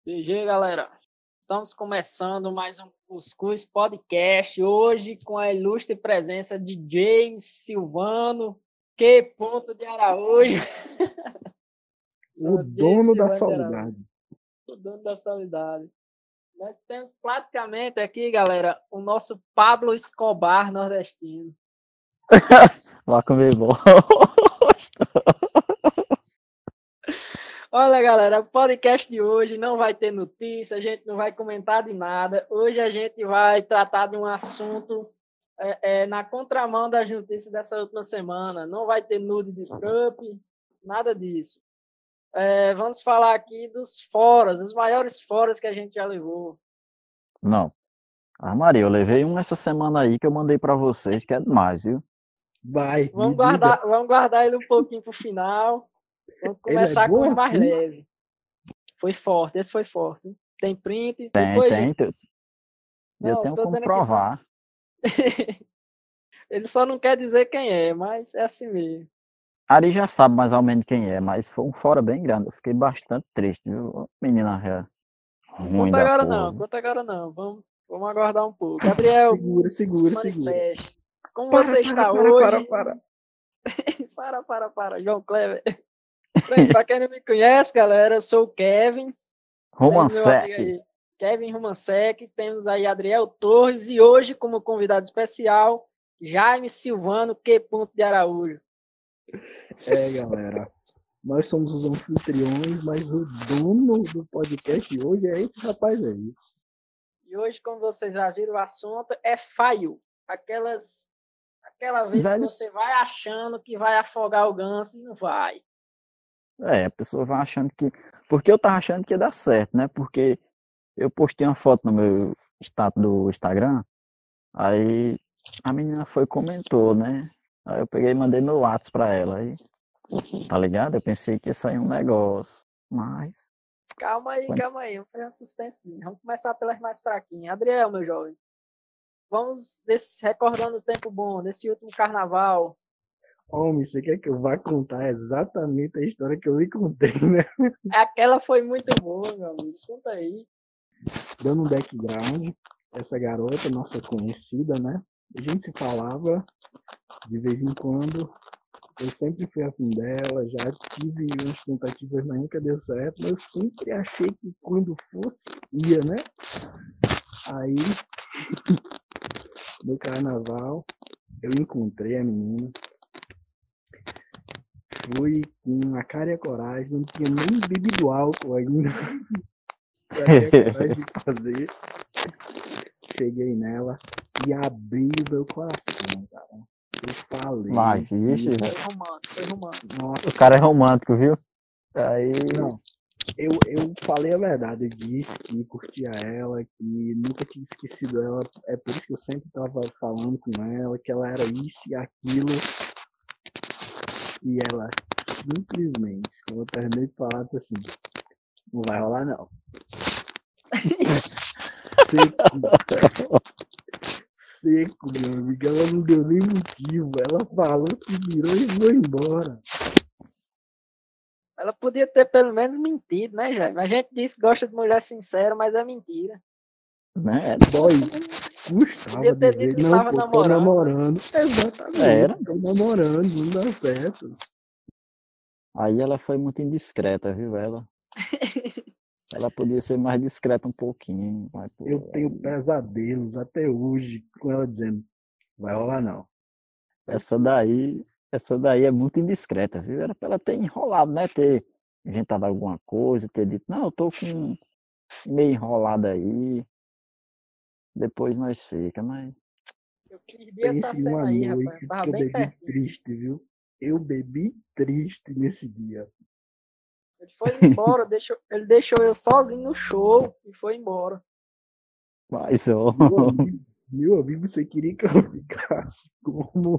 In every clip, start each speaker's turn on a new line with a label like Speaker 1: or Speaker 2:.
Speaker 1: GG, galera. Estamos começando mais um Cuscuz Podcast, hoje com a ilustre presença de James Silvano, que ponto de Araújo.
Speaker 2: O dono da saudade.
Speaker 1: O dono da saudade. Nós temos praticamente aqui, galera, o nosso Pablo Escobar nordestino.
Speaker 3: Vai comer bosta.
Speaker 1: Olha, galera, o podcast de hoje não vai ter notícia, a gente não vai comentar de nada. Hoje a gente vai tratar de um assunto na contramão das notícias dessa última semana. Não vai ter nude de Trump, nada disso. Vamos falar aqui dos fóruns, os maiores fóruns que a gente já levou.
Speaker 3: Não. Ah, Maria, eu levei um essa semana aí que eu mandei pra vocês, que é demais, viu?
Speaker 1: Vamos guardar ele um pouquinho pro final. Vamos começar com o mais leve. Foi forte, esse foi forte. Tem print?
Speaker 3: Tem. Eu tenho como provar.
Speaker 1: Ele só não quer dizer quem é, mas é assim mesmo.
Speaker 3: Ari já sabe mais ou menos quem é, mas foi um fora bem grande. Eu fiquei bastante triste, viu? Menina ruim da porra.
Speaker 1: Conta agora não. Vamos aguardar um pouco. Gabriel,
Speaker 2: segura.
Speaker 1: Como você está hoje? Para. João Kleber. Para quem não me conhece, galera, eu sou o Kevin.
Speaker 3: Romansec.
Speaker 1: Kevin Romansec. Temos aí Adriel Torres e hoje, como convidado especial, Jaime Silvano, que ponto de Araújo.
Speaker 2: Galera, nós somos os anfitriões, mas o dono do podcast de hoje é esse rapaz aí.
Speaker 1: E hoje, como vocês já viram, o assunto é faio. Aquela vez que você vai achando que vai afogar o ganso e não vai.
Speaker 3: A pessoa vai achando que... Porque eu tava achando que ia dar certo, né? Porque eu postei uma foto no meu status do Instagram, aí a menina foi e comentou, né? Aí eu peguei e mandei meu WhatsApp pra ela, aí, tá ligado? Eu pensei que ia sair um negócio, mas...
Speaker 1: Calma aí, vamos fazer um suspensinho. Vamos começar pelas mais fraquinhas. Adriel, meu jovem, vamos recordando o tempo bom, desse último carnaval.
Speaker 2: Homem, você quer que eu vá contar exatamente a história que eu lhe contei, né?
Speaker 1: Aquela foi muito boa, meu amigo. Conta aí.
Speaker 2: Dando um background, essa garota, nossa conhecida, né? A gente se falava de vez em quando. Eu sempre fui afim dela, já tive umas tentativas, mas nunca deu certo. Mas eu sempre achei que quando fosse, ia, né? Aí, no carnaval, eu encontrei a menina. Fui com a cara e a coragem, não tinha nem bebido álcool ainda. Sabia a coragem de fazer. Cheguei nela e abri o meu coração, cara. Eu falei.
Speaker 3: Mas, vixe,
Speaker 1: Foi romântico.
Speaker 3: Nossa. O cara é romântico, viu? Aí...
Speaker 2: Não, eu falei a verdade. Eu disse que curtia ela, que nunca tinha esquecido ela. É por isso que eu sempre tava falando com ela, que ela era isso e aquilo. E ela simplesmente, quando eu terminei de falar, assim, não vai rolar não. Seco, meu amigo. Ela não deu nem motivo. Ela falou, se virou e foi embora.
Speaker 1: Ela podia ter pelo menos mentido, né, Jaime? A gente disse que gosta de mulher sincera, mas é mentira.
Speaker 3: Né?
Speaker 2: Boy, custava dizer,
Speaker 1: que
Speaker 2: não, pô, tô namorando. Exatamente,
Speaker 3: Era.
Speaker 2: tô namorando, não dá certo.
Speaker 3: Aí ela foi muito indiscreta, viu, ela? Ela podia ser mais discreta um pouquinho. Mas, pô,
Speaker 2: eu tenho pesadelos até hoje com ela dizendo, vai rolar não.
Speaker 3: Essa daí é muito indiscreta, viu? Era pra ela ter enrolado, né? Ter inventado alguma coisa, ter dito, não, eu tô com meio enrolado aí. Depois nós fica, mas...
Speaker 1: Eu perdi essa cena aí, rapaz. Tava
Speaker 2: eu
Speaker 1: bem
Speaker 2: bebi
Speaker 1: perto.
Speaker 2: Triste, viu? Eu bebi triste nesse dia.
Speaker 1: Ele foi embora, ele deixou eu sozinho no show e foi embora.
Speaker 3: Mas, ó...
Speaker 2: Meu amigo, você queria que eu ficasse como...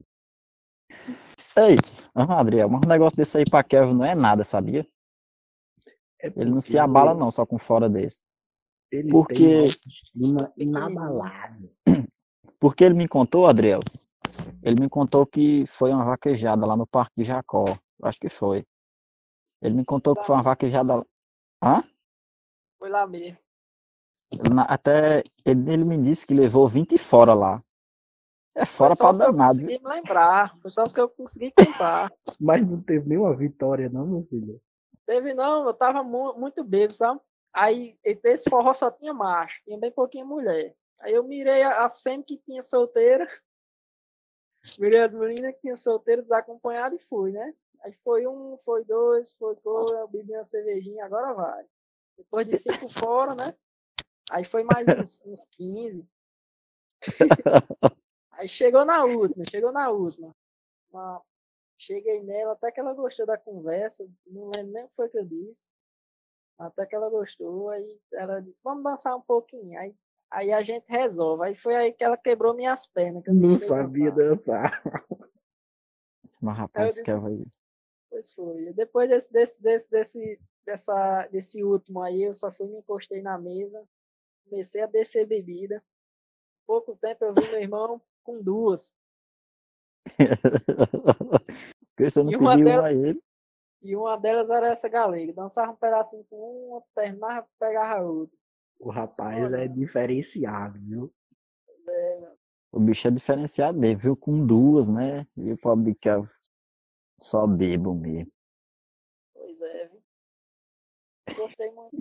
Speaker 3: Ei, Adriel, mas um negócio desse aí pra Kevin não é nada, sabia? Ele não se abala não, só com fora desse.
Speaker 2: Ele tem autoestima inabalável.
Speaker 3: Porque ele me contou, Adriel, ele me contou que foi uma vaquejada lá no Parque de Jacó. Acho que foi. Ele me contou que foi uma vaquejada... Hã?
Speaker 1: Foi lá mesmo.
Speaker 3: Até ele me disse que levou 20 fora lá. É
Speaker 1: Foi
Speaker 3: fora
Speaker 1: só
Speaker 3: pra
Speaker 1: os que eu
Speaker 3: danado, viu?
Speaker 1: consegui me lembrar. Foi só os que eu consegui contar.
Speaker 2: Mas não teve nenhuma vitória, não, meu filho.
Speaker 1: Teve não, eu tava muito bêbado, sabe? Aí esse forró só tinha macho, tinha bem pouquinha mulher. Aí eu mirei as fêmeas que tinha solteira, mirei as meninas que tinha solteira, desacompanhada e fui, né? Aí foi um, foi dois, eu bebi uma cervejinha, agora vai. Depois de 5 fora, né? Aí foi mais uns 15. Aí chegou na última. Cheguei nela, até que ela gostou da conversa, não lembro nem o que foi que eu disse. Até que ela gostou, aí ela disse, vamos dançar um pouquinho. Aí a gente resolve. Aí foi aí que ela quebrou minhas pernas, que eu não
Speaker 2: Não
Speaker 1: sei
Speaker 2: sabia dançar.
Speaker 3: Mas
Speaker 1: Aí eu
Speaker 3: rapaz,
Speaker 1: disse,
Speaker 3: que vai.
Speaker 1: pois foi. Depois desse último aí, eu só fui me encostei na mesa, comecei a descer bebida. Pouco tempo eu vi meu irmão com duas.
Speaker 3: Porque você não
Speaker 1: E uma
Speaker 3: pediu um
Speaker 1: delas,
Speaker 3: a ele.
Speaker 1: e uma delas era essa galega. Dançava um pedacinho com uma, terminava, pegava a outra.
Speaker 2: O rapaz é diferenciado, viu?
Speaker 3: O bicho é diferenciado mesmo, viu? Com duas, né? E o pobre que é só bebo mesmo.
Speaker 1: Pois é, viu? Gostei muito.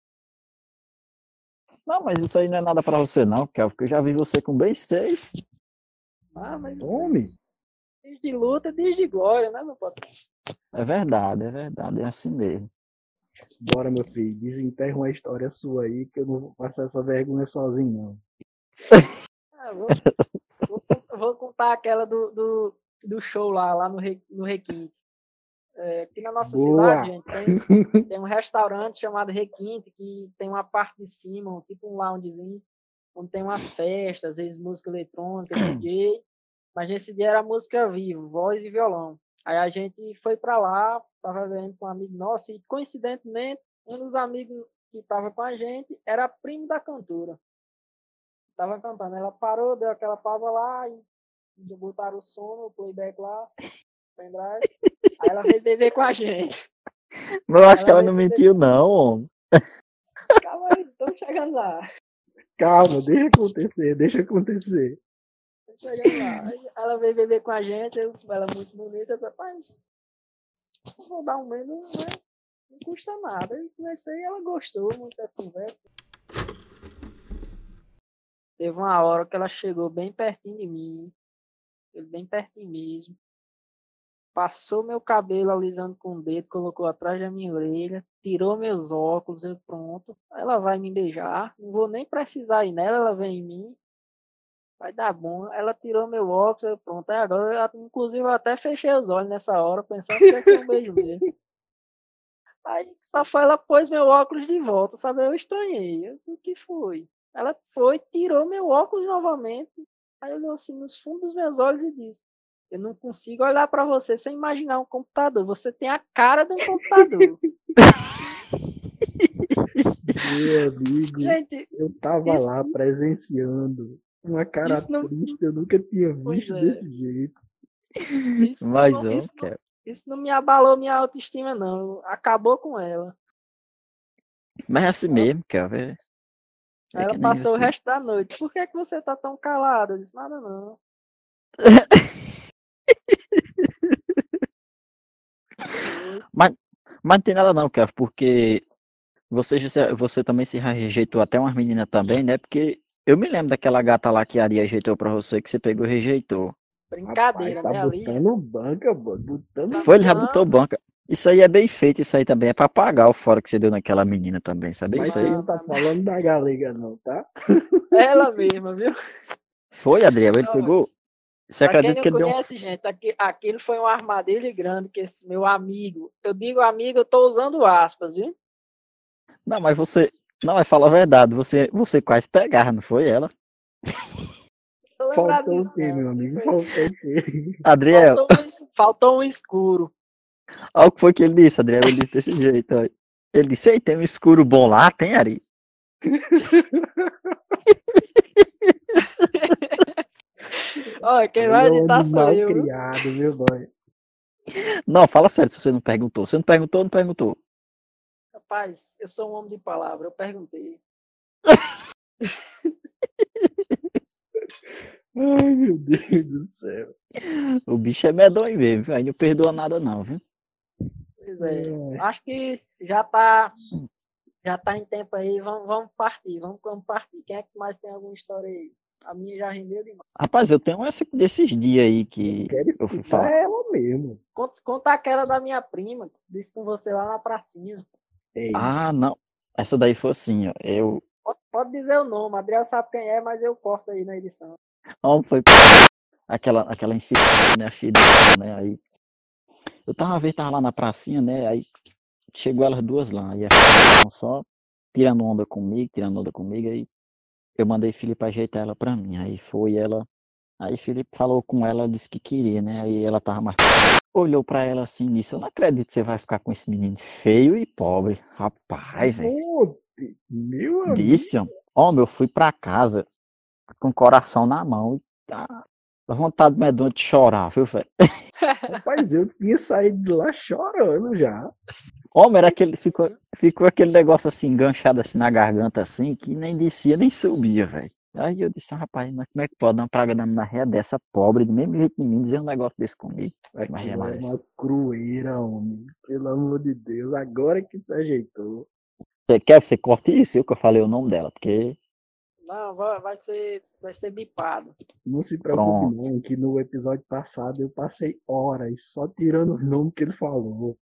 Speaker 3: Não, mas isso aí não é nada pra você não, Kel, porque eu já vi você com bem 6.
Speaker 1: Ah, mas
Speaker 2: Tome!
Speaker 1: diz de luta, diz de glória, né, meu patrão?
Speaker 3: É verdade, é assim mesmo.
Speaker 2: Bora, meu filho, desenterra uma história sua aí, que eu não vou passar essa vergonha sozinho, não.
Speaker 1: Ah, vou contar aquela do show lá no Requinte. Aqui na nossa cidade,
Speaker 2: Boa!
Speaker 1: gente, tem um restaurante chamado Requinte, que tem uma parte de cima, tipo um loungezinho, onde tem umas festas, às vezes música eletrônica, DJ, mas nesse dia era música viva, voz e violão. Aí a gente foi para lá, tava vendo com um amigo nosso, e coincidentemente, um dos amigos que estava com a gente era primo da cantora. Tava cantando, ela parou, deu aquela pausa lá e botaram o som, o playback lá, pendrive. Aí ela veio beber com a gente.
Speaker 3: Mas eu acho que
Speaker 1: Ela
Speaker 3: ela
Speaker 1: veio
Speaker 3: não
Speaker 1: beber
Speaker 3: mentiu não, homem.
Speaker 1: Calma aí, estamos chegando lá.
Speaker 2: Calma, deixa acontecer, deixa acontecer.
Speaker 1: Estamos chegando lá. Aí ela veio beber com a gente, ela é muito bonita, eu disse, rapaz, vou dar um menos, né? Não custa nada. Eu comecei e ela gostou muito da conversa. Teve uma hora que ela chegou bem pertinho de mim, bem pertinho mesmo. Passou meu cabelo alisando com o dedo, colocou atrás da minha orelha, tirou meus óculos, eu pronto. Ela vai me beijar, não vou nem precisar ir nela, ela vem em mim, vai dar bom. Ela tirou meu óculos, eu pronto. Aí agora, inclusive, eu até fechei os olhos nessa hora, pensando que ia ser um beijo mesmo. Aí só foi, ela pôs meu óculos de volta, sabe? Eu estranhei. O que foi? Ela foi, tirou meu óculos novamente, aí olhou assim nos fundos dos meus olhos e disse: eu não consigo olhar para você sem imaginar um computador. Você tem a cara de um computador.
Speaker 2: Meu amigo,
Speaker 1: Gente,
Speaker 2: eu tava
Speaker 1: isso,
Speaker 2: lá presenciando uma cara
Speaker 1: isso não.
Speaker 2: triste, eu nunca tinha
Speaker 1: Pois
Speaker 2: visto
Speaker 1: é.
Speaker 2: desse jeito.
Speaker 1: Isso
Speaker 3: Mas,
Speaker 1: não,
Speaker 3: homem,
Speaker 1: isso não,
Speaker 3: Kel.
Speaker 1: isso não me abalou minha autoestima, não. Acabou com ela.
Speaker 3: Mas é assim
Speaker 1: Ela,
Speaker 3: mesmo, Kel. É
Speaker 1: ela
Speaker 3: que nem
Speaker 1: passou o
Speaker 3: você.
Speaker 1: resto da noite. Por que você tá tão calada? Eu disse, nada não.
Speaker 3: Mas, mas não tem nada não, Kel, porque você também se rejeitou até umas meninas também, né? Porque eu me lembro daquela gata lá que a Ari ajeitou pra você, que você pegou e rejeitou.
Speaker 2: Rapaz,
Speaker 1: Brincadeira,
Speaker 2: tá
Speaker 1: né, ali?
Speaker 2: botando banca, botando
Speaker 3: Foi, ele já
Speaker 2: banca.
Speaker 3: botou
Speaker 1: Não,
Speaker 3: banca. Isso aí é bem feito, isso aí também é pra pagar o fora que você deu naquela menina também, sabe
Speaker 2: Mas
Speaker 3: isso
Speaker 2: você
Speaker 3: aí?
Speaker 2: não tá falando da galega, não, tá?
Speaker 1: ela mesma, viu?
Speaker 3: Foi, Adriel, ele pegou. Você
Speaker 1: Para quem
Speaker 3: acredita
Speaker 1: não
Speaker 3: que ele deu um.
Speaker 1: conhece, gente, aquilo foi uma armadilha grande que esse meu amigo, eu digo amigo, eu tô usando aspas, viu?
Speaker 3: Não, mas você. Não, mas fala a verdade, você quase pegava, não foi ela?
Speaker 1: Tô lembrado
Speaker 2: Faltou
Speaker 1: disso,
Speaker 2: o quê,
Speaker 1: não.
Speaker 2: meu amigo? Faltou o quê?
Speaker 3: Adriel,
Speaker 1: Faltou um escuro.
Speaker 3: olha o que foi que ele disse, Adriel, ele disse desse jeito, ó. Ele disse, ei, tem um escuro bom lá, tem, Ari?
Speaker 1: Olha, quem
Speaker 2: Aí
Speaker 1: vai
Speaker 2: é um
Speaker 1: editar sou
Speaker 2: animal
Speaker 1: eu, viu?
Speaker 2: criado, viu, boy?
Speaker 3: Não, fala sério se você não perguntou. Você não perguntou, não perguntou.
Speaker 1: Rapaz, eu sou um homem de palavra, eu perguntei.
Speaker 2: Ai, meu Deus do céu.
Speaker 3: O bicho é medonho mesmo, viu? Aí não perdoa nada não, viu?
Speaker 1: Pois é. Acho que já tá em tempo aí. Vamos partir. Vamos partir. Quem é que mais tem alguma história aí? A minha já rendeu demais.
Speaker 3: Rapaz, eu tenho essa desses dias aí que
Speaker 2: Quero
Speaker 3: eu fui
Speaker 2: escutar
Speaker 3: falar.
Speaker 2: ela mesmo.
Speaker 1: Conta aquela da minha prima, que disse com você lá na pracinha.
Speaker 2: Ei,
Speaker 3: Ah, não. Essa daí foi assim, ó.
Speaker 1: Pode dizer o nome. Adriel sabe quem é, mas eu corto aí na edição.
Speaker 3: Não, foi aquela infeliz, né? A filha, né? Aí eu tava lá na pracinha, né? Aí chegou elas duas lá. E a filha só tirando onda comigo. Aí eu mandei Felipe ajeitar ela pra mim. Aí foi ela. Aí Felipe falou com ela, disse que queria, né? Aí ela tava mais. Olhou pra ela assim, disse: Eu não acredito que você vai ficar com esse menino feio e pobre. Rapaz, velho.
Speaker 2: pô, meu amigo.
Speaker 3: Disse, ó. Homem, eu fui pra casa com o coração na mão e tá. Dá vontade medonha de chorar, viu, velho?
Speaker 2: Rapaz, eu tinha saído de lá chorando já.
Speaker 3: Homem, era aquele. Ficou aquele negócio assim, enganchado assim na garganta, assim, que nem descia, nem subia, velho. Aí eu disse, rapaz, mas como é que pode uma praga da mina ré dessa pobre, do mesmo jeito de mim, dizer um negócio desse comigo? Mas é
Speaker 2: É
Speaker 3: mais.
Speaker 2: uma crueira, homem. Pelo amor de Deus, agora que se ajeitou.
Speaker 3: Você quer que você corte isso? Eu que eu falei o nome dela, porque.
Speaker 1: Não, vai ser bipado.
Speaker 2: Não se preocupe
Speaker 3: Pronto.
Speaker 2: não, que no episódio passado eu passei horas só tirando os nomes que ele falou.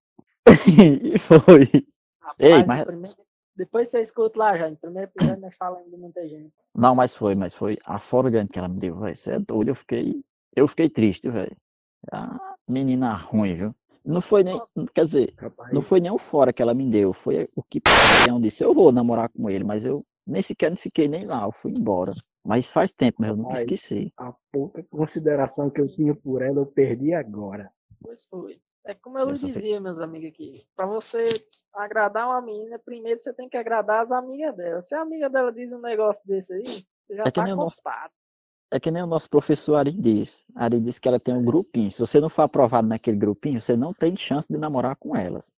Speaker 3: E foi.
Speaker 1: Rapaz,
Speaker 3: Ei, mas.
Speaker 1: depois você escuta lá, já. No primeiro episódio nós falamos de muita gente.
Speaker 3: Não, mas foi a fora grande que ela me deu, velho. Você é doido, eu fiquei triste, velho. A menina ruim, viu? Não foi nem, quer dizer,
Speaker 2: Rapaz,
Speaker 3: não foi nem o fora que ela me deu, foi o que eu disse, eu vou namorar com ele, mas eu nem sequer não fiquei nem lá, eu fui embora. Mas faz tempo, mas eu nunca
Speaker 2: rapaz,
Speaker 3: esqueci.
Speaker 2: a pouca consideração que eu tinha por ela, eu perdi agora.
Speaker 1: Pois foi. É como eu lhe
Speaker 3: Essa
Speaker 1: dizia, meus amigos aqui. Para você agradar uma menina, primeiro você tem que agradar as amigas dela. Se a amiga dela diz um negócio desse aí, você já
Speaker 3: É que
Speaker 1: tá
Speaker 3: nem o nosso,
Speaker 1: cortado.
Speaker 3: é que nem o nosso professor Ari diz. Ari diz que ela tem um grupinho. Se você não for aprovado naquele grupinho, você não tem chance de namorar com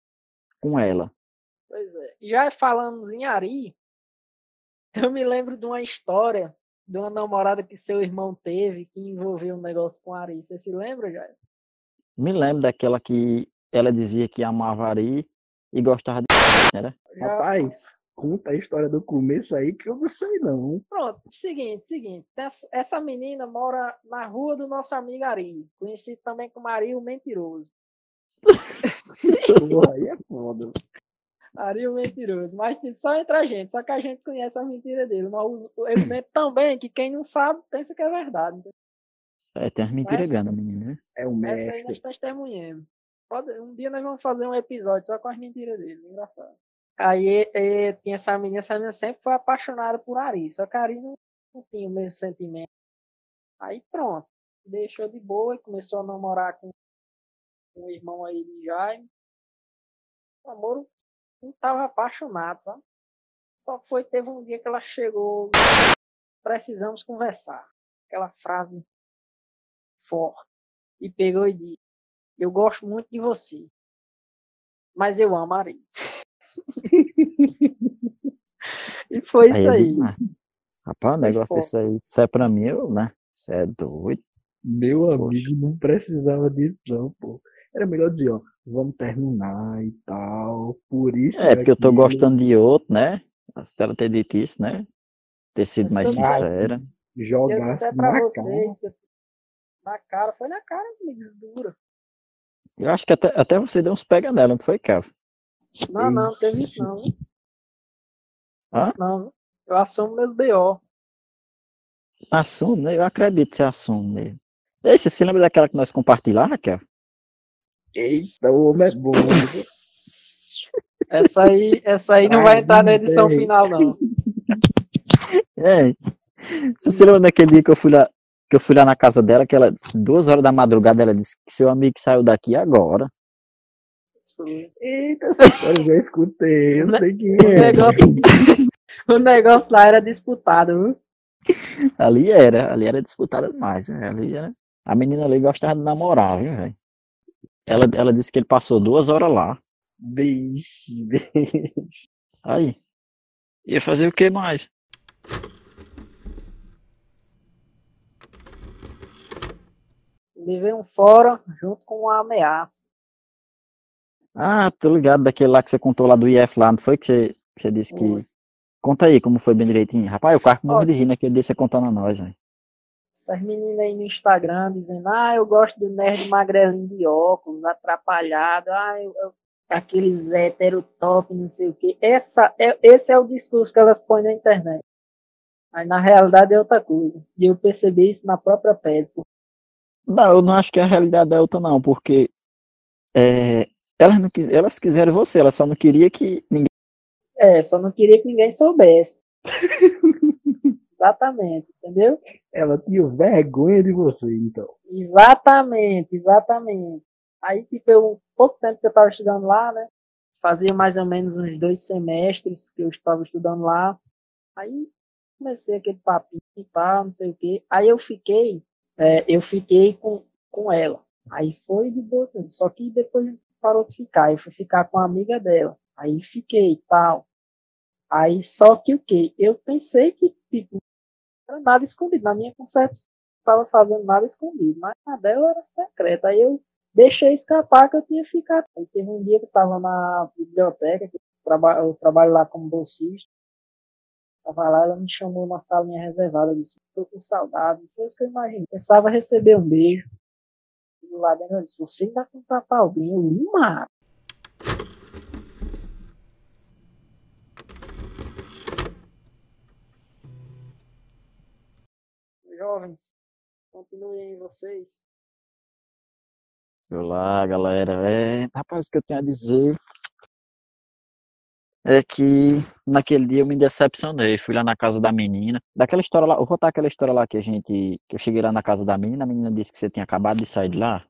Speaker 3: ela.
Speaker 1: Pois é. E já falamos em Ari, eu me lembro de uma história de uma namorada que seu irmão teve que envolveu um negócio com Ari. Você se lembra, Jair?
Speaker 3: Me lembro daquela que ela dizia que amava Ari e gostava de né?
Speaker 2: Rapaz, conta a história do começo aí que eu não sei não.
Speaker 1: Pronto, seguinte. Essa menina mora na rua do nosso amigo Ari, conhecido também como Ari o Mentiroso.
Speaker 2: Porra, aí é foda.
Speaker 1: Ari o Mentiroso, mas só entre a gente, só que a gente conhece a mentira dele. Ele mente tão bem que quem não sabe pensa que é verdade.
Speaker 3: Tem as mentiras
Speaker 1: Essa-
Speaker 3: grandes, menina, né?
Speaker 2: É o
Speaker 1: Essa aí nós
Speaker 2: mestre.
Speaker 1: testemunhamos. Um dia nós vamos fazer um episódio só com as mentiras dele, engraçado. Aí tinha essa menina sempre foi apaixonada por Ari, só que a Ari não tinha o mesmo sentimento. Aí pronto, deixou de boa e começou a namorar com um irmão aí de Jaime. O namoro não estava apaixonado, sabe? Teve um dia que ela chegou, precisamos conversar. Aquela frase forte. E pegou e disse, eu gosto muito de você, mas eu amo a Ari. E foi isso aí.
Speaker 3: Rapaz, o negócio desse aí, isso é pra mim, né? Você é doido.
Speaker 2: Meu amigo, não precisava disso não, pô. Era melhor dizer, ó, vamos terminar e tal. Por isso
Speaker 3: É, porque eu tô
Speaker 2: aquilo.
Speaker 3: gostando de outro, né? Se ela ter dito isso, né? Ter sido mais
Speaker 1: Se eu
Speaker 3: sincera.
Speaker 1: Se eu
Speaker 2: Jogasse
Speaker 1: disser pra
Speaker 2: na
Speaker 1: vocês
Speaker 2: cara.
Speaker 1: que na cara, foi na cara, amigo, dura.
Speaker 3: Eu acho que até você deu uns pega nela, não foi, Kelvin?
Speaker 1: Não teve isso não.
Speaker 3: Hã?
Speaker 1: Isso não. Eu assumo meus B.O.
Speaker 3: Assume, né? Eu acredito que você assume mesmo. Ei, você se lembra daquela que nós compartilhamos, Raquel?
Speaker 2: Eita, o homem é bom.
Speaker 1: Essa aí não vai entrar na edição
Speaker 2: Bem.
Speaker 1: final, não.
Speaker 3: É. Você se lembra daquele dia que eu fui lá na casa dela, que ela, 2 horas da madrugada, ela disse que seu amigo saiu daqui agora.
Speaker 2: Eita, essa história eu já escutei. Eu sei quem é.
Speaker 1: O negócio lá era disputado, viu?
Speaker 3: Ali era disputada demais, né? A menina ali gostava de namorar, viu, velho? Ela disse que ele passou 2 horas lá.
Speaker 2: Beixe, beixe.
Speaker 3: Aí, ia fazer o que mais?
Speaker 1: Levei um fora junto com uma ameaça.
Speaker 3: Ah, tô ligado daquele lá que você contou lá do IF lá, não foi que você disse
Speaker 1: Oi.
Speaker 3: que... Conta aí como foi bem direitinho. Rapaz, o carro morre
Speaker 1: Ó,
Speaker 3: de rir naquele dia você contando a nós, velho.
Speaker 1: essas meninas aí no Instagram dizendo, eu gosto do nerd magrelinho de óculos, atrapalhado, aqueles hétero top, não sei o quê. Esse é o discurso que elas põem na internet. Aí na realidade é outra coisa. E eu percebi isso na própria pele.
Speaker 3: Não, eu não acho que a realidade é outra não, porque é, elas quiseram você, elas só não queriam que ninguém...
Speaker 1: Só não queria que ninguém soubesse. Exatamente, entendeu?
Speaker 2: Ela tinha vergonha de você, então.
Speaker 1: Exatamente, exatamente. Aí, tipo, pouco tempo que eu estava estudando lá, né? Fazia mais ou menos uns 2 semestres que eu estava estudando lá. Aí comecei aquele papinho e tal, não sei o quê. Aí eu fiquei com ela. Aí foi de boa, só que depois parou de ficar. Eu fui ficar com a amiga dela. Aí fiquei e tal. Aí só que o quê? Eu pensei que, tipo, não era nada escondido. Na minha concepção, não estava fazendo nada escondido, mas a dela era secreta. Aí eu deixei escapar que eu tinha ficado. Aí teve um dia que eu estava na biblioteca, que eu trabalho lá como bolsista. Tava lá, ela me chamou numa salinha reservada. Eu disse, tô com saudade. Foi isso que eu imagino. Pensava receber um beijo. E lá dentro eu disse, você ainda contar pra alguém? Eu lhe mato. Jovens, continuem vocês.
Speaker 3: Olá, galera. Rapaz, o que eu tenho a dizer é que naquele dia eu me decepcionei. Fui lá na casa da menina. Daquela história lá, eu vou contar aquela história lá que eu cheguei lá na casa da menina, a menina disse que você tinha acabado de sair de lá.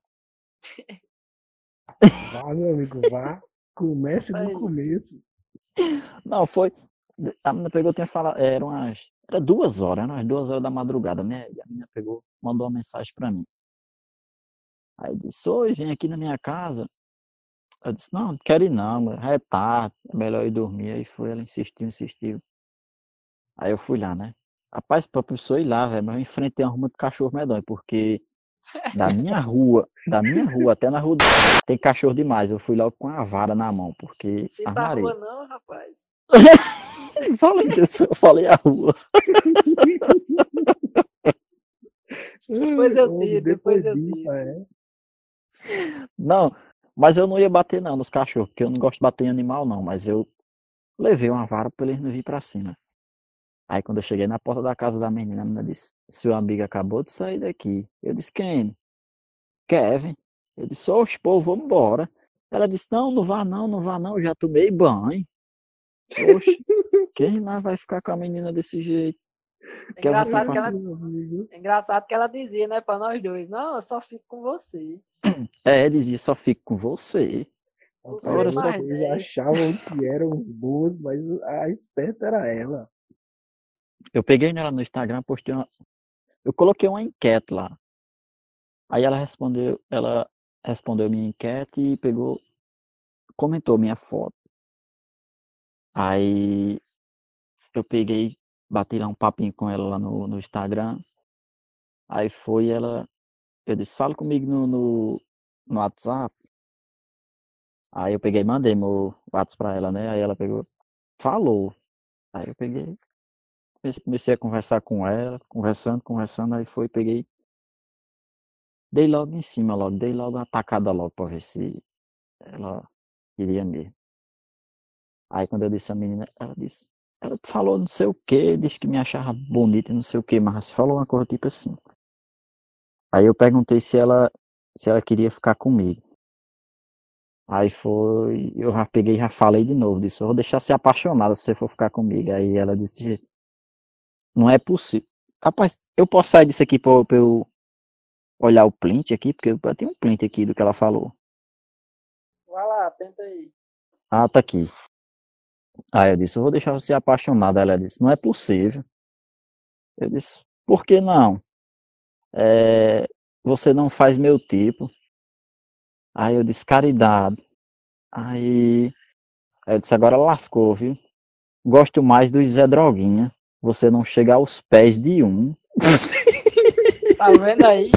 Speaker 2: Vá, meu amigo, vá. Comece do
Speaker 1: Aí,
Speaker 2: começo.
Speaker 3: Não, foi. A menina pegou, tinha falado, era 2 horas, eram as 2 horas da madrugada, né? E a menina pegou, mandou uma mensagem pra mim. Aí disse, oi, vem aqui na minha casa. Eu disse, não quero ir não, mas já é tarde, é melhor ir dormir. Aí foi, ela insistiu, insistiu. Aí eu fui lá, né? Rapaz, pra pessoa ir lá, velho, mas eu enfrentei uma ruma de cachorro medonho, porque da minha rua até na rua tem cachorro demais. Eu fui logo com a vara na mão, porque
Speaker 1: cita a
Speaker 3: armarei.
Speaker 1: rua não, rapaz.
Speaker 3: Falei disso, eu falei a rua.
Speaker 1: Depois eu
Speaker 2: Homem,
Speaker 1: tiro, depois
Speaker 2: depois
Speaker 1: eu
Speaker 2: disso,
Speaker 1: tiro.
Speaker 3: Não, mas eu não ia bater não nos cachorros, porque eu não gosto de bater em animal não, mas eu levei uma vara pra eles não vir pra cima. Aí quando eu cheguei na porta da casa da menina, a menina disse, seu amigo acabou de sair daqui. Eu disse, quem? Kevin. Eu disse, oxe, pô, vamos embora. Ela disse, não, não vá não, não vá não, eu já tomei banho. Oxe, quem lá vai ficar com a menina desse jeito?
Speaker 1: É
Speaker 3: Kevin foi
Speaker 1: engraçado
Speaker 3: com
Speaker 1: que ela,
Speaker 2: meu amigo.
Speaker 1: é engraçado que ela dizia, né, pra nós dois, não, eu só fico com você.
Speaker 3: dizia, só fico com você.
Speaker 2: Rapaz,
Speaker 1: Você
Speaker 3: Ora, só...
Speaker 1: mais
Speaker 2: vocês
Speaker 1: 10.
Speaker 2: achavam que eram os bons, mas a esperta era ela.
Speaker 3: Eu peguei nela no Instagram, postei eu coloquei uma enquete lá. Aí ela respondeu minha enquete e pegou, comentou minha foto. Aí eu peguei, bati lá um papinho com ela lá no Instagram. Aí eu disse, fala comigo no WhatsApp. Aí eu peguei e mandei meu WhatsApp pra ela, né? Aí ela pegou, falou. Aí eu peguei, comecei a conversar com ela, conversando, conversando, aí peguei, dei logo em cima logo, dei logo uma tacada logo pra ver se ela queria mesmo. Aí quando eu disse à menina, ela falou não sei o que, disse que me achava bonita e não sei o que, mas falou uma coisa tipo assim. Aí eu perguntei se ela queria ficar comigo. Aí eu já peguei e já falei de novo, disse, eu vou deixar ser apaixonada se você for ficar comigo. Aí ela disse, não é possível. Rapaz, eu posso sair disso aqui pra eu olhar o print aqui, porque eu tenho um print aqui do que ela falou.
Speaker 1: Vai lá, tenta aí.
Speaker 3: Ah, tá aqui. Aí eu disse, eu vou deixar você apaixonada. Ela disse, não é possível. Eu disse, por que não? É, você não faz meu tipo. Aí eu disse, caridade. Aí eu disse, agora lascou, viu? Gosto mais do Zé Droguinha. Você não chega aos pés de um.
Speaker 1: Tá vendo aí?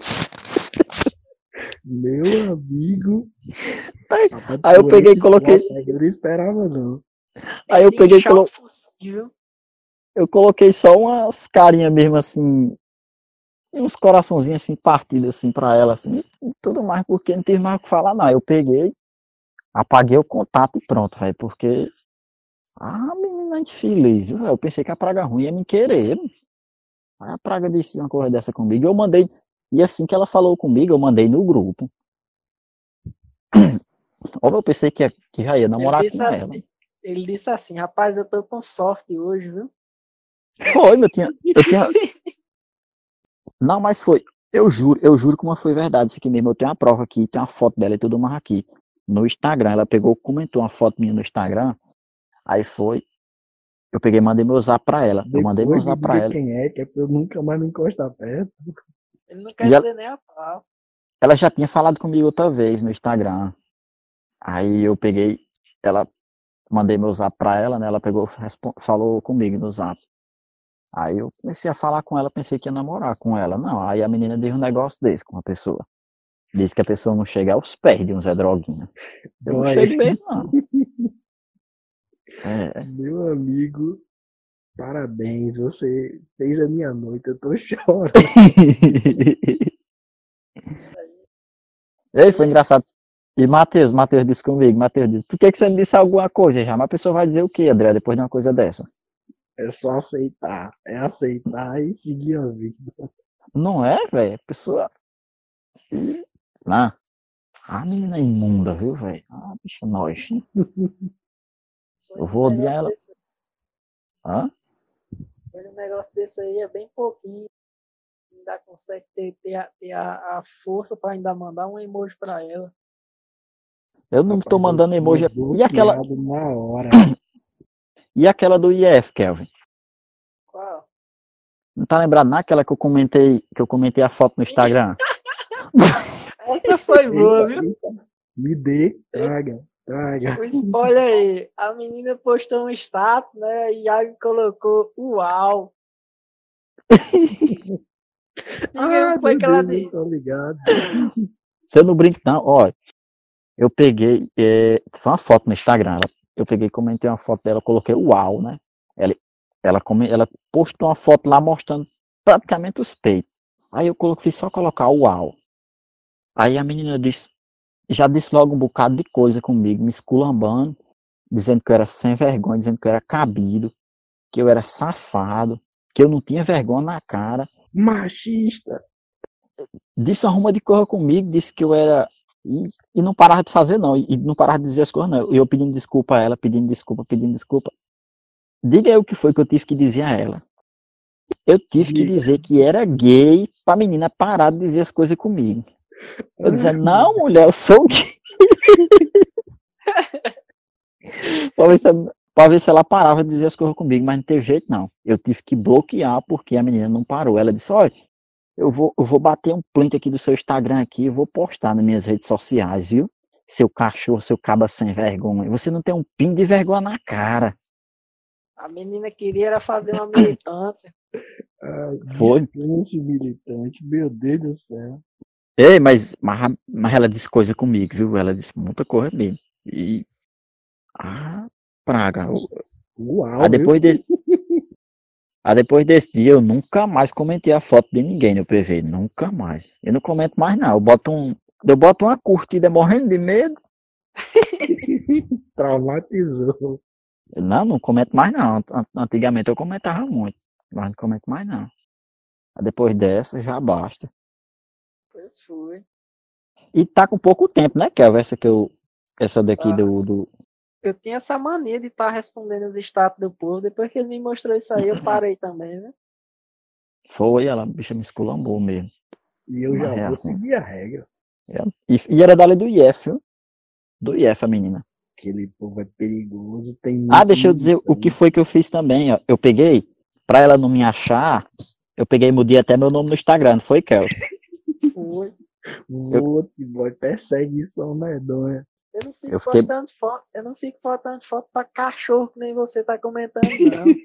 Speaker 2: Meu amigo. Rapaz,
Speaker 3: Aí eu
Speaker 2: por
Speaker 3: peguei e
Speaker 2: esse
Speaker 3: coloquei.
Speaker 2: plot aí eu não esperava, não.
Speaker 3: Aí eu
Speaker 1: Tem
Speaker 3: peguei e
Speaker 1: inchar o focinho.
Speaker 3: eu coloquei só umas carinhas mesmo assim, e uns coraçãozinhos assim partidos assim pra ela assim, e tudo mais, porque não tive mais o que falar não. Eu peguei, apaguei o contato e pronto, velho, porque menina infeliz, viu, velho? Eu pensei que a praga ruim ia me querer. Aí a praga disse uma coisa dessa comigo, eu mandei, e assim que ela falou comigo, eu mandei no grupo. Ou eu pensei que já ia
Speaker 1: Ele
Speaker 3: namorar
Speaker 1: disse
Speaker 3: com ela.
Speaker 1: assim, ele disse assim, rapaz, eu tô com sorte hoje, viu?
Speaker 3: Foi, eu tinha, não, mas foi, eu juro que uma foi verdade, isso aqui mesmo, eu tenho uma prova aqui, tem uma foto dela e tudo mais aqui, no Instagram, ela pegou, comentou uma foto minha no Instagram, aí foi, eu peguei e mandei meu zap pra ela, eu mandei meu
Speaker 2: Depois me
Speaker 3: zap pra
Speaker 2: diga
Speaker 3: ela,
Speaker 2: quem é, que é pra eu nunca mais me encostar perto.
Speaker 1: Ele não
Speaker 3: e
Speaker 1: quer
Speaker 3: ela,
Speaker 1: dizer nem a pau.
Speaker 3: ela já tinha falado comigo outra vez no Instagram, aí eu peguei, ela, mandei meu zap pra ela, né, ela pegou, falou comigo no zap. Aí eu comecei a falar com ela, pensei que ia namorar com ela. Não, aí a menina deu um negócio desse com a pessoa. Disse que a pessoa não chega aos pés de um Zé Droguinha. Eu não
Speaker 2: Boy,
Speaker 3: chego mesmo, não. É.
Speaker 2: meu amigo, parabéns, você fez a minha noite, eu tô chorando.
Speaker 3: Ei, foi engraçado. E Matheus disse comigo, Matheus disse, por que você não disse alguma coisa já? Mas a pessoa vai dizer o quê, André, depois de uma coisa dessa?
Speaker 2: É só aceitar, é aceitar e seguir a vida.
Speaker 3: Não é, velho? A pessoa... Não. A menina é imunda, viu, velho? Bicho, nós.
Speaker 1: Foi
Speaker 3: Eu
Speaker 1: um
Speaker 3: vou odiar
Speaker 1: negócio
Speaker 3: ela.
Speaker 1: desse,
Speaker 3: Hã?
Speaker 1: foi um negócio desse aí, é bem pouquinho. Ainda consegue ter a força para ainda mandar um emoji para ela.
Speaker 3: Eu não tô
Speaker 2: Rapaz, eu
Speaker 3: mandando
Speaker 2: tinha
Speaker 3: emoji.
Speaker 2: bloqueado na hora.
Speaker 3: E aquela do IF, Kelvin?
Speaker 1: Qual?
Speaker 3: Não tá lembrado naquela que eu comentei a foto no Instagram?
Speaker 1: Essa foi boa,
Speaker 2: Eita,
Speaker 1: viu?
Speaker 2: eita, me dê, traga, traga.
Speaker 1: O spoiler aí. A menina postou um status, né? E aí colocou uau. Diga o
Speaker 2: Ah,
Speaker 1: que foi
Speaker 2: meu
Speaker 1: que ela
Speaker 2: Deus, eu
Speaker 1: disse.
Speaker 2: tô ligado.
Speaker 3: Você não brinca, não. Ó, eu peguei, foi uma foto no Instagram. Eu peguei, comentei uma foto dela, coloquei uau, né? Ela, ela postou uma foto lá mostrando praticamente os peitos. Aí eu fiz só colocar uau. Aí a menina disse, já disse logo um bocado de coisa comigo, me esculambando, dizendo que eu era sem vergonha, dizendo que eu era cabido, que eu era safado, que eu não tinha vergonha na cara.
Speaker 2: Machista.
Speaker 3: Disse uma ruma de coisa comigo, disse que eu era. E não parava de fazer, não. E não parava de dizer as coisas, não. E eu pedindo desculpa a ela, pedindo desculpa, pedindo desculpa. Diga aí o que foi que eu tive que dizer a ela. Eu tive que
Speaker 2: Diga.
Speaker 3: dizer que era gay pra menina parar de dizer as coisas comigo. Eu dizendo,
Speaker 2: Ah,
Speaker 3: não, mulher, eu sou gay. Pra ver se ela parava de dizer as coisas comigo, mas não teve jeito, não. Eu tive que bloquear porque a menina não parou. Ela disse, olha, eu vou bater um print aqui do seu Instagram aqui e vou postar nas minhas redes sociais, viu? Seu cachorro, seu caba sem vergonha. Você não tem um pingo de vergonha na cara.
Speaker 1: A menina queria era fazer uma militância.
Speaker 3: Foi.
Speaker 2: dispense militante, meu Deus do céu.
Speaker 3: Ei, mas ela disse coisa comigo, viu? Ela disse muita coisa mesmo. E. Praga. Aí
Speaker 2: Uau, viu?
Speaker 3: depois desse, aí depois desse dia eu nunca mais comentei a foto de ninguém no PV. Nunca mais. Eu não comento mais, não. Eu boto uma curtida morrendo de medo.
Speaker 2: Traumatizou.
Speaker 3: Não comento mais, não. Antigamente eu comentava muito. Mas não comento mais, não. Aí depois dessa, já basta.
Speaker 1: Pois foi.
Speaker 3: E tá com pouco tempo, né, Kelvin? Essa daqui
Speaker 1: Ah,
Speaker 3: do.
Speaker 1: eu tinha essa mania de estar respondendo os status do povo. Depois que ele me mostrou isso aí, eu parei também, né?
Speaker 3: Foi, ela, bicha, me esculambou mesmo.
Speaker 2: E eu
Speaker 3: Uma
Speaker 2: já vou
Speaker 3: reação.
Speaker 2: seguir a regra.
Speaker 3: E era dali do IF, viu? Do IF, a menina.
Speaker 2: Aquele povo é perigoso, tem muito
Speaker 3: Deixa eu dizer o que
Speaker 2: militante.
Speaker 3: foi que eu fiz também, ó. Eu peguei, pra ela não me achar, eu peguei e mudei até meu nome no Instagram, não foi, Kelvin?
Speaker 1: Foi.
Speaker 3: Eu,
Speaker 2: Boy, perseguição medonha.
Speaker 1: Eu não fico
Speaker 3: Eu fiquei.
Speaker 1: postando foto, eu não fico postando foto pra cachorro, que nem você tá comentando, não.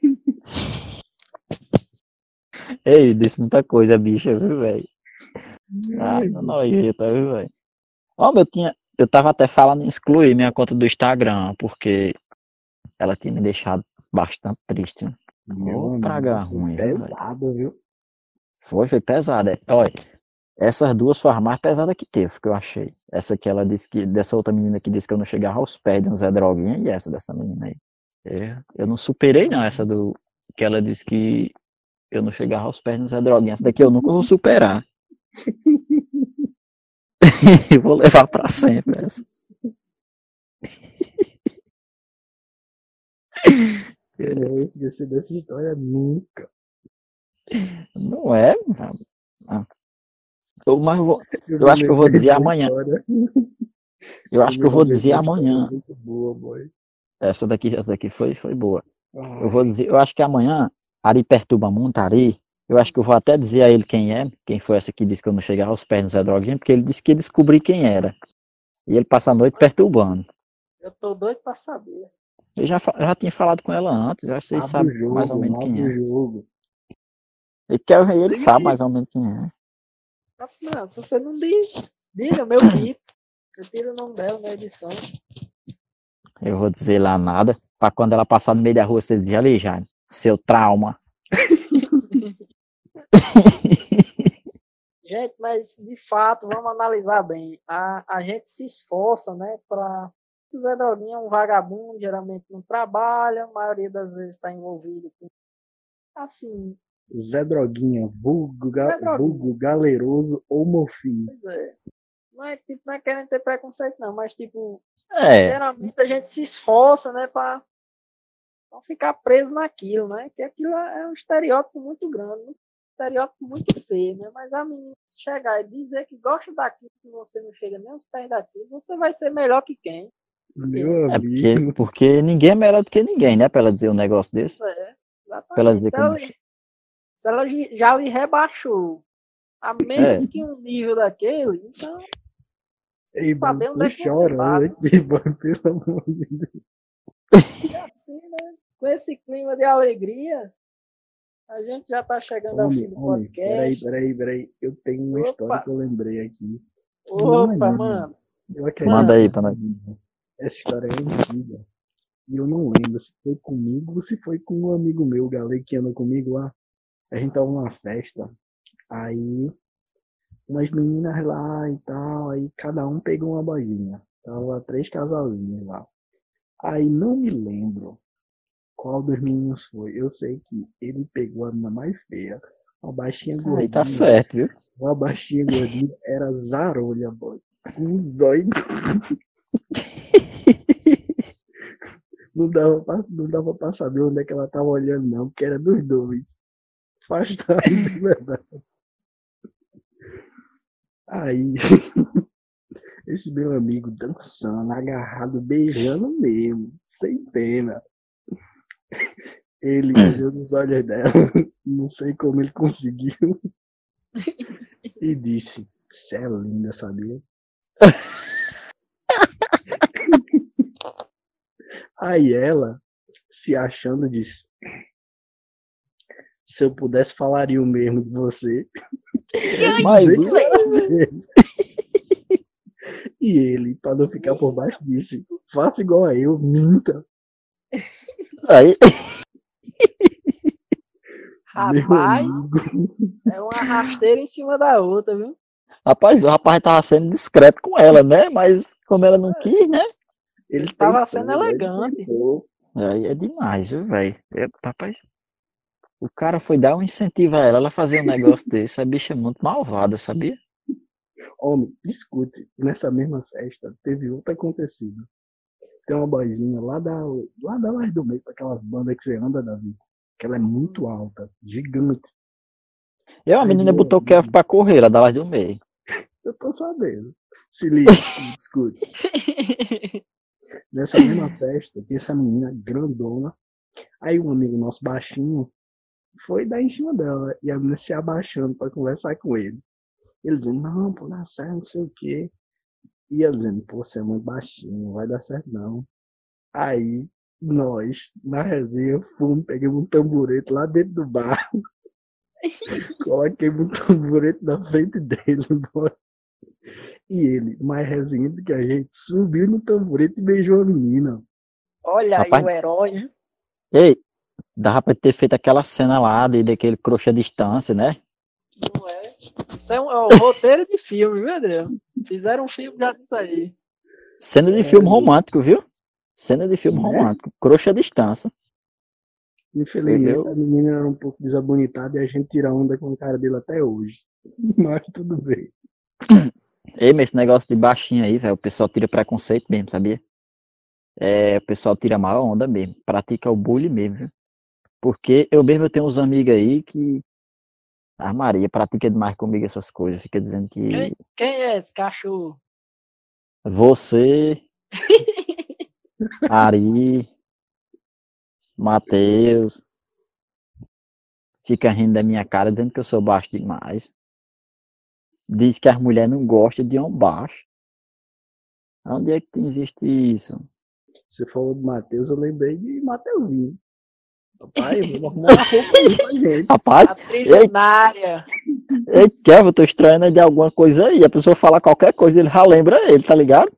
Speaker 3: Ei, disse muita coisa, bicha, viu, velho? Ah,
Speaker 2: Ai,
Speaker 3: não nojenta, viu, velho? Ó, eu tava até falando em excluir minha conta do Instagram, porque ela tinha me deixado bastante triste, né?
Speaker 2: meu
Speaker 3: Ô,
Speaker 2: amigo,
Speaker 3: praga
Speaker 2: foi
Speaker 3: ruim, viu, velho?
Speaker 2: pesado, viu?
Speaker 3: Foi pesada. Olha, essas duas foram as mais pesadas que teve, que eu achei. Essa que ela disse que, dessa outra menina que disse que eu não chegava aos pés de um Zé Droguinha, e essa dessa menina aí. Eu não superei, não, essa do, que ela disse que eu não chegava aos pés de um Zé Droguinha. Essa daqui eu nunca vou superar. E vou levar pra sempre essa.
Speaker 2: Eu não vou esquecer dessa história nunca.
Speaker 3: Não é? Ah, mas
Speaker 2: Eu
Speaker 3: eu
Speaker 2: me
Speaker 3: acho que eu vou
Speaker 2: lembrei
Speaker 3: dizer
Speaker 2: da
Speaker 3: amanhã.
Speaker 2: história.
Speaker 3: Eu
Speaker 2: Eu
Speaker 3: acho que
Speaker 2: me
Speaker 3: eu vou
Speaker 2: lembrei
Speaker 3: dizer
Speaker 2: da história
Speaker 3: amanhã.
Speaker 2: muito boa, boy.
Speaker 3: Essa daqui foi boa.
Speaker 2: Ai,
Speaker 3: Eu acho que amanhã, Ari perturba muito, Ari. Eu acho que eu vou até dizer a ele quem foi essa que disse que eu não chegava aos pés do Zé Droguinha, porque ele disse que ia descobrir quem era. E ele passa a noite perturbando.
Speaker 1: Eu tô doido pra saber.
Speaker 3: Eu já tinha falado com ela antes, eu acho que vocês
Speaker 2: abre o
Speaker 3: sabem mais ou
Speaker 2: jogo,
Speaker 3: menos
Speaker 2: abre
Speaker 3: quem
Speaker 2: o
Speaker 3: é.
Speaker 2: jogo.
Speaker 3: Ele
Speaker 2: Diga
Speaker 3: sabe
Speaker 2: aí.
Speaker 3: mais ou menos quem é.
Speaker 1: Não, se você não diz, diga, meu pipo. Eu tiro o nome dela na edição.
Speaker 3: Eu vou dizer lá nada, pra quando ela passar no meio da rua, você dizer ali, Jaime, seu trauma.
Speaker 1: Gente, mas de fato, vamos analisar bem. A gente se esforça, né, para. O Zé Droguinha é um vagabundo, geralmente não trabalha, a maioria das vezes está envolvido com. Assim,
Speaker 2: Zé Droguinha,
Speaker 1: Zé Droguinha,
Speaker 2: vulgo galeroso homofílico.
Speaker 1: pois é. Não é querendo ter preconceito, não, mas tipo,
Speaker 3: É,
Speaker 1: geralmente a gente se esforça, né, para não ficar preso naquilo, né? Que aquilo é um estereótipo muito grande, um estereótipo muito feio, né? Mas a menina chegar e dizer que gosta daquilo que você não chega nem aos pés daquilo, você vai ser melhor que quem?
Speaker 2: Meu
Speaker 3: é porque,
Speaker 2: amigo.
Speaker 3: porque ninguém é melhor do que ninguém, né? Pra ela dizer um negócio desse.
Speaker 1: É,
Speaker 3: Pra ela
Speaker 1: exatamente.
Speaker 3: dizer que eu não.
Speaker 1: Se ela já lhe rebaixou a
Speaker 3: É,
Speaker 1: menos que um nível daquele, então
Speaker 2: Ei, mano,
Speaker 1: saber onde
Speaker 2: tô
Speaker 1: é que você tá,
Speaker 2: chorando
Speaker 1: né?
Speaker 2: aqui, mano, pelo amor de Deus.
Speaker 1: E assim, né? Com esse clima de alegria, a gente já tá chegando ao fim do
Speaker 2: Homem, peraí,
Speaker 1: podcast.
Speaker 2: peraí, peraí. Eu tenho uma história
Speaker 1: Opa,
Speaker 2: que eu lembrei aqui. Que não é
Speaker 1: opa,
Speaker 2: minha.
Speaker 1: mano,
Speaker 2: Eu
Speaker 3: manda
Speaker 2: acredito
Speaker 3: aí
Speaker 1: manda.
Speaker 3: pra nós.
Speaker 2: que essa história é antiga. E eu não lembro se foi comigo ou se foi com um amigo meu, o Galei, que anda comigo lá. A gente tava numa festa. Aí, umas meninas lá e tal. Aí cada um pegou uma boizinha. Tava três casalzinhos lá. Aí não me lembro qual dos meninos foi. Eu sei que ele pegou a menina mais feia. Uma baixinha
Speaker 3: Aí tá
Speaker 2: gordinha.
Speaker 3: certo, viu?
Speaker 2: Uma baixinha gordinha. Era zarolha, boy. Com um zóio. Não dava pra saber onde é que ela tava olhando, não. Porque era dos dois. Afastado, de verdade. Aí, esse meu amigo dançando, agarrado, beijando mesmo. Sem pena. Ele olhou nos olhos dela. Não sei como ele conseguiu. E disse: Você é linda, sabia? Aí ela, se achando, disse: Se eu pudesse, falaria o mesmo de você. Querendo
Speaker 3: Mas
Speaker 2: dizer que eu era dele. E ele, para não ficar por baixo, disse: Faça igual a eu, minta.
Speaker 3: aí,
Speaker 2: Meu
Speaker 1: Rapaz,
Speaker 2: amigo.
Speaker 1: é uma rasteira em cima da outra, viu?
Speaker 3: rapaz, o rapaz tava sendo discreto com ela, né? Mas como ela não quis, né?
Speaker 2: Ele
Speaker 1: Ele tava sendo
Speaker 2: tentou, ele
Speaker 1: elegante.
Speaker 2: tentou.
Speaker 3: Aí é demais, viu, velho? Rapaz, o cara foi dar um incentivo a ela fazer um negócio desse. A bicha é muito malvada, sabia?
Speaker 2: Homem, escute, nessa mesma festa teve outra acontecido. Tem uma boizinha lá da Laje do Meio, aquelas bandas que você anda, Davi. Que ela é muito alta, gigante.
Speaker 3: E a
Speaker 2: Aí
Speaker 3: menina
Speaker 2: meu
Speaker 3: botou o Kelvin
Speaker 2: amigo,
Speaker 3: pra correr, ela dava do meio.
Speaker 2: eu tô sabendo. Se liga, escute. Nessa mesma festa, tinha essa menina grandona. Aí um amigo nosso baixinho foi dar em cima dela. E a menina se abaixando pra conversar com ele. Ele dizendo, não, pô, dá certo, não sei o quê. E ela dizendo, pô, você é muito baixinho, não vai dar certo não. Aí, nós, na resenha, fomos, peguemos um tamborete lá dentro do bar, coloquei um tamborete na frente dele, bora. E ele, mais resenha do que a gente, subiu no tamborete e beijou a menina.
Speaker 1: Olha aí
Speaker 3: Rapaz,
Speaker 1: o herói, né?
Speaker 3: ei, dava pra ter feito aquela cena lá daquele crush à distância, né?
Speaker 1: Não é? Isso é um roteiro de filme, meu Deus. Fizeram um filme já disso aí.
Speaker 3: Cena de filme romântico, viu? Cena de filme romântico. Crush à distância.
Speaker 2: Infelizmente, a menina era um pouco desabonitada e a gente tira onda com a cara dele até hoje. Mas tudo bem.
Speaker 3: Ei, mas esse negócio de baixinho aí, velho, o pessoal tira preconceito mesmo, sabia? O pessoal tira mal onda mesmo. Pratica o bullying mesmo, viu? Porque eu tenho uns amigos aí que a Maria pratica demais comigo essas coisas. Fica dizendo que
Speaker 1: Quem é esse cachorro?
Speaker 3: você, Ari, Matheus, fica rindo da minha cara dizendo que eu sou baixo demais. Diz que as mulheres não gostam de homem baixo. Onde é que existe isso?
Speaker 2: Você falou de Matheus, eu lembrei de Mateuzinho. Papai, vamos arrumar uma roupa aí pra gente.
Speaker 3: Rapaz,
Speaker 1: A trilionária.
Speaker 3: ei, Kevin, eu tô estranhando de alguma coisa aí. A pessoa fala qualquer coisa, ele já lembra ele, tá ligado?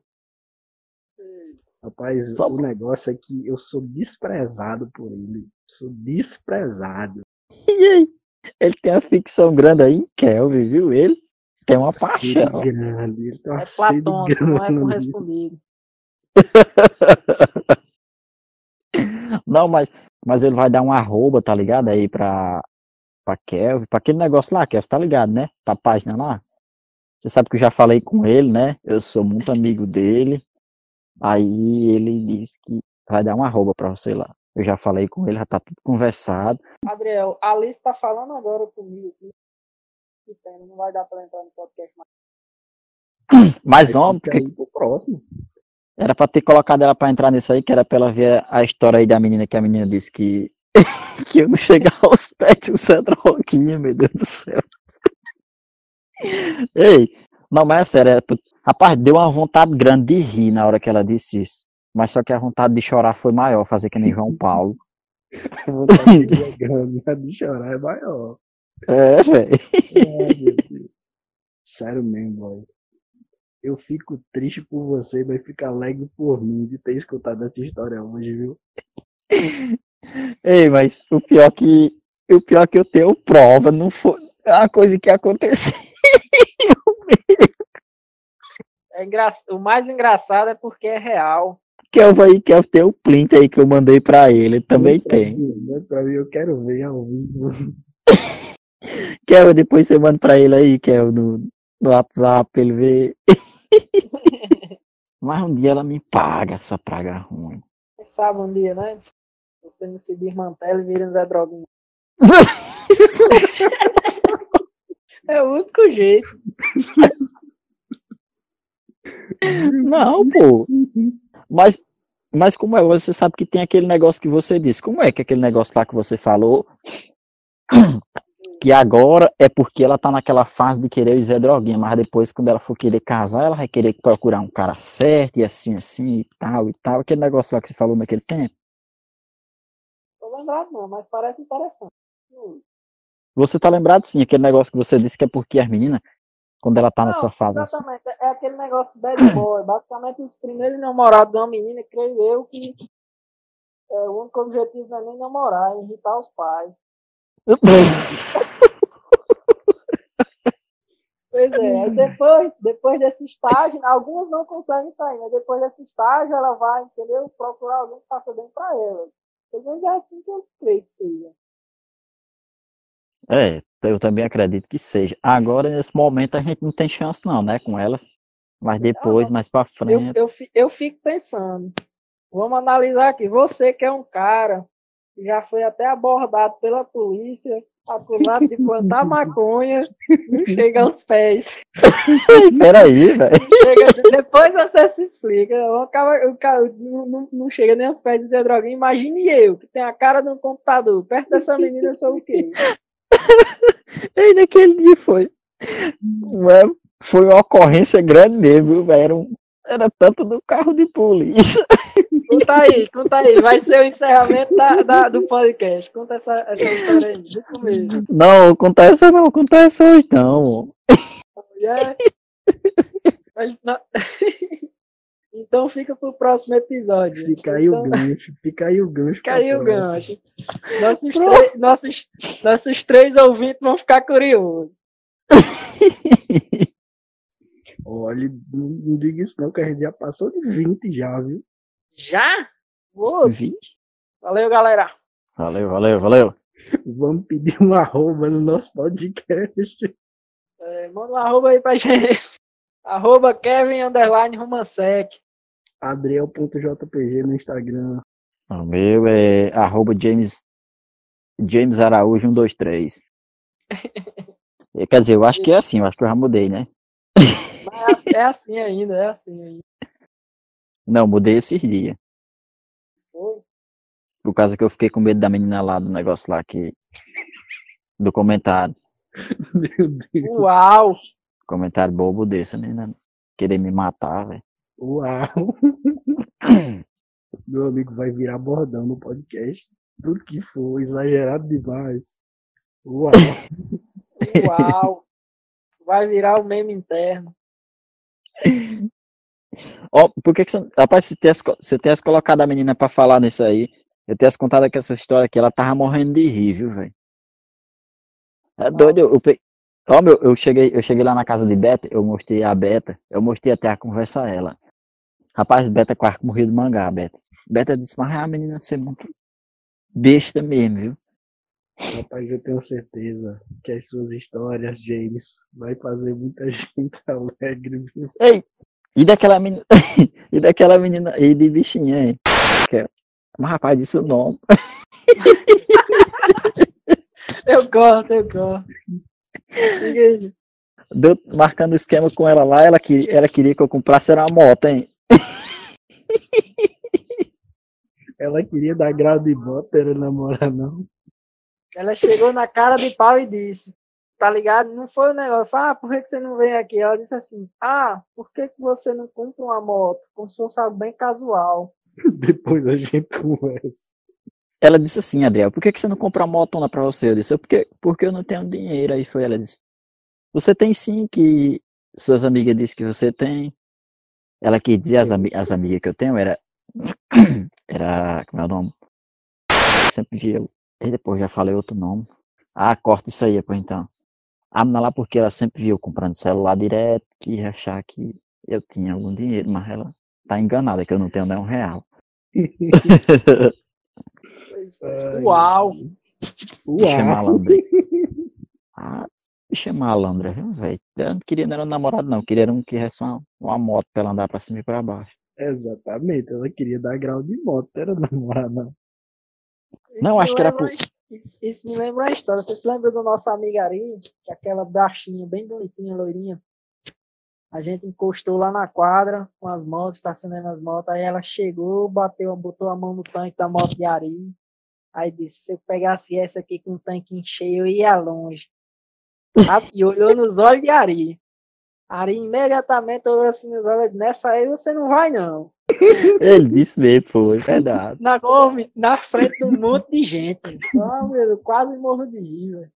Speaker 2: Rapaz,
Speaker 3: Só-
Speaker 2: o negócio é que eu sou desprezado por ele. Sou desprezado.
Speaker 3: E aí? Ele tem uma ficção grande aí em Kelvin, viu? Ele tem uma
Speaker 2: Sede
Speaker 3: paixão.
Speaker 2: grande. Ele tem uma
Speaker 1: É
Speaker 2: sede
Speaker 1: platônico, não é
Speaker 2: grande.
Speaker 1: correspondido.
Speaker 3: Não, mas ele vai dar um arroba, tá ligado? Aí pra Kelvin, pra aquele negócio lá, Kelvin, tá ligado, né? Pra página lá. Você sabe que eu já falei com ele, né? Eu sou muito amigo dele. Aí ele disse que vai dar um arroba pra você lá. Eu já falei com ele, já tá tudo conversado.
Speaker 1: Adriel, a Alice tá falando agora comigo. Que pena, não vai dar pra entrar no podcast mais.
Speaker 3: Mas,
Speaker 2: Aí
Speaker 3: homem,
Speaker 2: fica
Speaker 3: porque
Speaker 2: aí pro próximo.
Speaker 3: era pra ter colocado ela pra entrar nisso aí, que era pra ela ver a história aí da menina, que a menina disse que, que eu não chegava aos pés do Sandro Roquinha, meu Deus do céu. Ei, não, mas é sério, rapaz, deu uma vontade grande de rir na hora que ela disse isso. Mas só que a vontade de chorar foi maior, fazer que nem João Paulo.
Speaker 2: A vontade de é grande, a de chorar é maior.
Speaker 3: É, velho.
Speaker 2: Ai, meu Deus. Sério mesmo, boy. Eu fico triste por você, mas fico alegre por mim de ter escutado essa história hoje, viu?
Speaker 3: Ei, mas o pior que eu tenho prova, não foi é uma coisa que aconteceu.
Speaker 1: O mais engraçado é porque é real.
Speaker 3: Que eu tenho o print aí que eu mandei pra ele também tem.
Speaker 2: Pra mim, eu quero ver ao vivo.
Speaker 3: Depois você manda pra ele aí, no WhatsApp, pra ele ver. Mas um dia ela me paga essa praga ruim.
Speaker 1: Quem sabe um dia, né? Você não se desmantela e vira um Zé Droguinha. É o único jeito.
Speaker 3: Não, pô. Mas como é? Você sabe que tem aquele negócio que você disse. Como é que aquele negócio lá que você falou? Que agora é porque ela tá naquela fase de querer o Zé Droguinha, mas depois, quando ela for querer casar, ela vai querer procurar um cara certo, e assim, e tal, e tal. Aquele negócio lá que você falou naquele tempo.
Speaker 1: Tô lembrado não, mas parece interessante.
Speaker 3: Você tá lembrado, sim, aquele negócio que você disse que é porque as meninas, quando ela tá nessa
Speaker 1: Não,
Speaker 3: fase assim.
Speaker 1: exatamente. É aquele negócio do bad boy. Basicamente, os primeiros namorados de uma menina, creio eu, que o único objetivo não é nem namorar, é irritar os pais. Pois é, aí depois desse estágio, algumas não conseguem sair, mas depois desse estágio ela vai, entendeu? Procurar alguém que faça bem pra ela. Pelo menos é assim que eu creio que seja.
Speaker 3: Eu também acredito que seja. Agora, nesse momento, a gente não tem chance não, né, com elas. Mas depois, mais pra frente...
Speaker 1: Eu fico pensando, vamos analisar aqui, você que é um cara que já foi até abordado pela polícia, acusado de plantar maconha, não chega aos pés.
Speaker 3: Peraí, velho.
Speaker 1: Depois você se explica. O cara não chega nem aos pés de dizer droguinha. Imagine eu, que tem a cara de um computador. Perto dessa menina, eu sou o quê?
Speaker 3: E naquele dia foi uma ocorrência grande mesmo, velho. Era tanto do carro de polícia.
Speaker 1: Conta aí. Vai ser o encerramento do podcast. Conta essa história aí, do começo.
Speaker 3: Não, conta essa hoje não.
Speaker 1: Yeah. Então fica pro próximo episódio.
Speaker 2: Fica aí o gancho. Fica aí o gancho.
Speaker 1: Fica aí o gancho. Nossos 3 ouvintes vão ficar curiosos.
Speaker 2: Olha, não diga isso não, que a gente já passou de 20 já, viu?
Speaker 1: Já? Boa.
Speaker 3: 20?
Speaker 1: Valeu, galera.
Speaker 3: Valeu.
Speaker 2: Vamos pedir um arroba no nosso podcast.
Speaker 1: Manda um arroba aí pra gente. @Kevin_Romansec.
Speaker 2: Adriel.jpg no Instagram.
Speaker 3: O meu é @James Araújo 123. Quer dizer, eu acho que é assim, eu acho que eu já mudei, né?
Speaker 1: Mas é assim ainda.
Speaker 3: Não, mudei esses dias.
Speaker 1: Foi?
Speaker 3: Por causa que eu fiquei com medo da menina lá do negócio lá do comentário.
Speaker 2: Meu Deus.
Speaker 1: Uau!
Speaker 3: Comentário bobo desse, menina. Querer me matar, velho.
Speaker 2: Uau. Meu amigo vai virar bordão no podcast. Tudo que for, exagerado demais. Uau.
Speaker 1: Vai virar o meme interno.
Speaker 3: Ó, por que você... Rapaz, se tivesse colocado a menina pra falar nisso aí, eu tivesse contado aqui essa história aqui, ela tava morrendo de rir, viu, velho? É doido, eu cheguei lá na casa de Beta, eu mostrei a Beta, eu mostrei até a conversa a ela. Rapaz, Beta quase morreu de mangá, Beta. Beta disse, mas a menina ser muito besta mesmo, viu?
Speaker 2: Rapaz, eu tenho certeza que as suas histórias, James, vai fazer muita gente alegre, viu?
Speaker 3: Ei, e daquela menina, e de bichinha, hein? Mas rapaz, disse o nome.
Speaker 1: Eu gosto.
Speaker 3: Marcando esquema com ela lá, ela queria que eu comprasse uma moto, hein?
Speaker 2: Ela queria dar grau de bota, era namorar, não.
Speaker 1: Ela chegou na cara de pau e disse, tá ligado? Não foi o negócio, por que você não vem aqui? Ela disse assim, por que você não compra uma moto? Como se fosse algo bem casual.
Speaker 2: Depois a gente conversa.
Speaker 3: Ela disse assim, Adriel, por que você não compra uma motona pra você? Eu disse, porque eu não tenho dinheiro. Aí foi, ela disse, você tem sim, que suas amigas dizem que você tem. Ela quis dizer, as amigas que eu tenho, era, como é o nome? Sempre via, e depois já falei outro nome. Corta isso aí, depois então. A menina lá, porque ela sempre viu eu comprando celular direto, que ia achar que eu tinha algum dinheiro, mas ela tá enganada, que eu não tenho nem R$1.
Speaker 1: Uau!
Speaker 3: Bicha malandra. Bicha malandra, viu, velho? Eu não queria, não era um namorado, não. Eu queria um que tivesse uma moto pra ela andar pra cima e pra baixo.
Speaker 2: Exatamente, ela queria dar grau de moto, era namorar, não.
Speaker 3: Não, acho que era por...
Speaker 1: Isso me lembra uma história. Você se lembra do nosso amigo Ari? Aquela baixinha, bem bonitinha, loirinha. A gente encostou lá na quadra com as motos, estacionando as motos. Aí ela chegou, botou a mão no tanque da moto de Ari. Aí disse, se eu pegasse essa aqui com o tanque cheio, eu ia longe. E olhou nos olhos de Ari. Ari imediatamente olhou assim nos olhos. Nessa aí você não vai, não.
Speaker 3: Ele disse mesmo, foi verdade.
Speaker 1: Na frente de um monte de gente. Meu Deus, quase morro de rir, velho.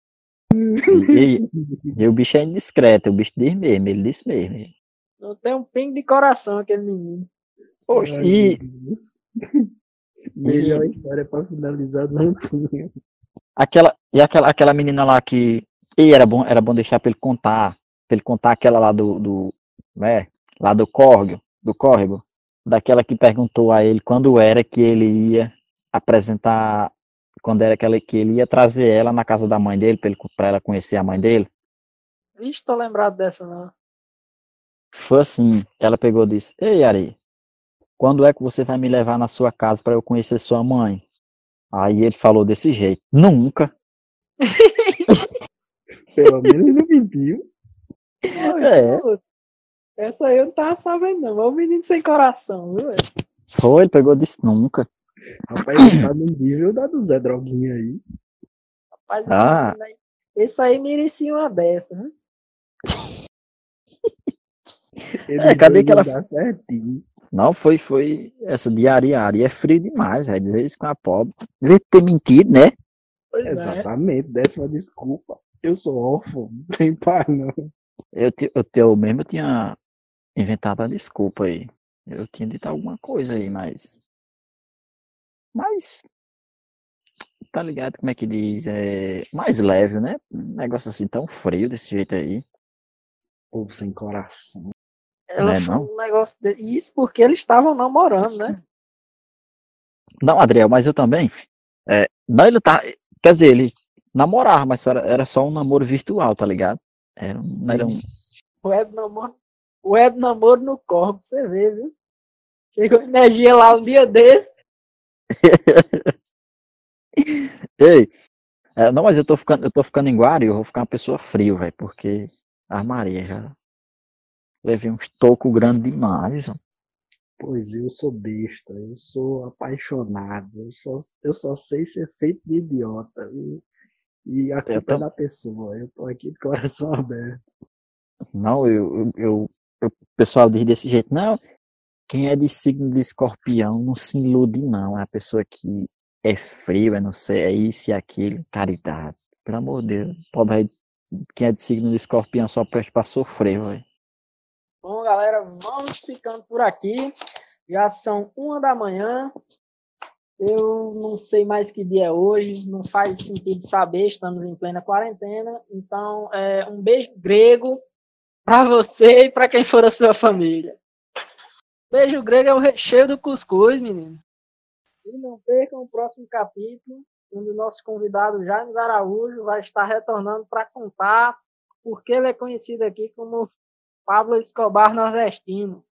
Speaker 3: E o bicho é indiscreto, o bicho diz mesmo, ele disse mesmo.
Speaker 1: Não tem um pingo de coração aquele menino.
Speaker 3: Poxa,
Speaker 2: Melhor história pra finalizar não tinha.
Speaker 3: Aquela menina lá que era bom deixar pra ele contar aquela lá lá do córrego, daquela que perguntou a ele quando era que ele ia apresentar, quando era que ele ia trazer ela na casa da mãe dele, pra ela conhecer a mãe dele.
Speaker 1: Ixi, tô lembrado dessa, não.
Speaker 3: Foi assim, ela pegou e disse, ei, Ari, quando é que você vai me levar na sua casa para eu conhecer sua mãe? Aí ele falou desse jeito, nunca.
Speaker 2: Pelo menos não mentiu.
Speaker 1: Essa aí eu não tava sabendo, não. É um menino sem coração, viu?
Speaker 3: Foi, ele pegou e disse nunca.
Speaker 2: Rapaz, ele tá no nível da do Zé Droguinha aí.
Speaker 1: Rapaz, esse aí merecia uma dessa, né?
Speaker 2: Eles
Speaker 3: Cadê
Speaker 2: dois
Speaker 3: que ela.
Speaker 2: iam dar certinho.
Speaker 3: Não, foi essa de Ari é frio demais, vai dizer isso com a pobre. Devia ter mentido, né?
Speaker 1: Pois é.
Speaker 2: Exatamente, décima desculpa. Eu sou órfão, não tem pai não.
Speaker 3: Eu mesmo tinha inventado a desculpa aí. Eu tinha dito alguma coisa aí, mas tá ligado como é que diz? É mais leve, né? Um negócio assim tão frio desse jeito aí,
Speaker 2: Povo sem coração.
Speaker 1: Ela
Speaker 3: né?
Speaker 1: falou
Speaker 3: Não,
Speaker 1: um negócio isso porque eles estavam namorando, né?
Speaker 3: não, Adriel, mas eu também. Não, ele tá. Quer dizer, eles namoravam, mas era só um namoro virtual, tá ligado? Não era um.
Speaker 2: Ixi,
Speaker 1: Web namoro no corpo, você vê, viu? Chegou energia lá um dia desse.
Speaker 3: Ei, não, mas eu tô ficando em Guarulhos, eu vou ficar uma pessoa frio, velho, porque a Maria já levei um toco grande demais, ó.
Speaker 2: pois eu sou besta, eu sou apaixonado, eu só sei ser feito de idiota. E a
Speaker 3: Eu
Speaker 2: culpa é
Speaker 3: tam-
Speaker 2: da pessoa. Eu tô aqui de coração aberto.
Speaker 3: não, o pessoal diz desse jeito, não, quem é de signo de escorpião não se ilude, não. É a pessoa que é frio, é não sei, é isso e aquilo, caridade. Pelo amor de Deus, pobre, quem é de signo de escorpião só presta pra sofrer, velho.
Speaker 1: Bom, galera, vamos ficando por aqui. Já são 1 da manhã. Eu não sei mais que dia é hoje, não faz sentido saber, estamos em plena quarentena. Então, um beijo grego para você e para quem for da sua família. Beijo grego é o recheio do cuscuz, menino. E não percam o próximo capítulo, onde o nosso convidado Jaime Araújo vai estar retornando para contar porque ele é conhecido aqui como Pablo Escobar nordestino.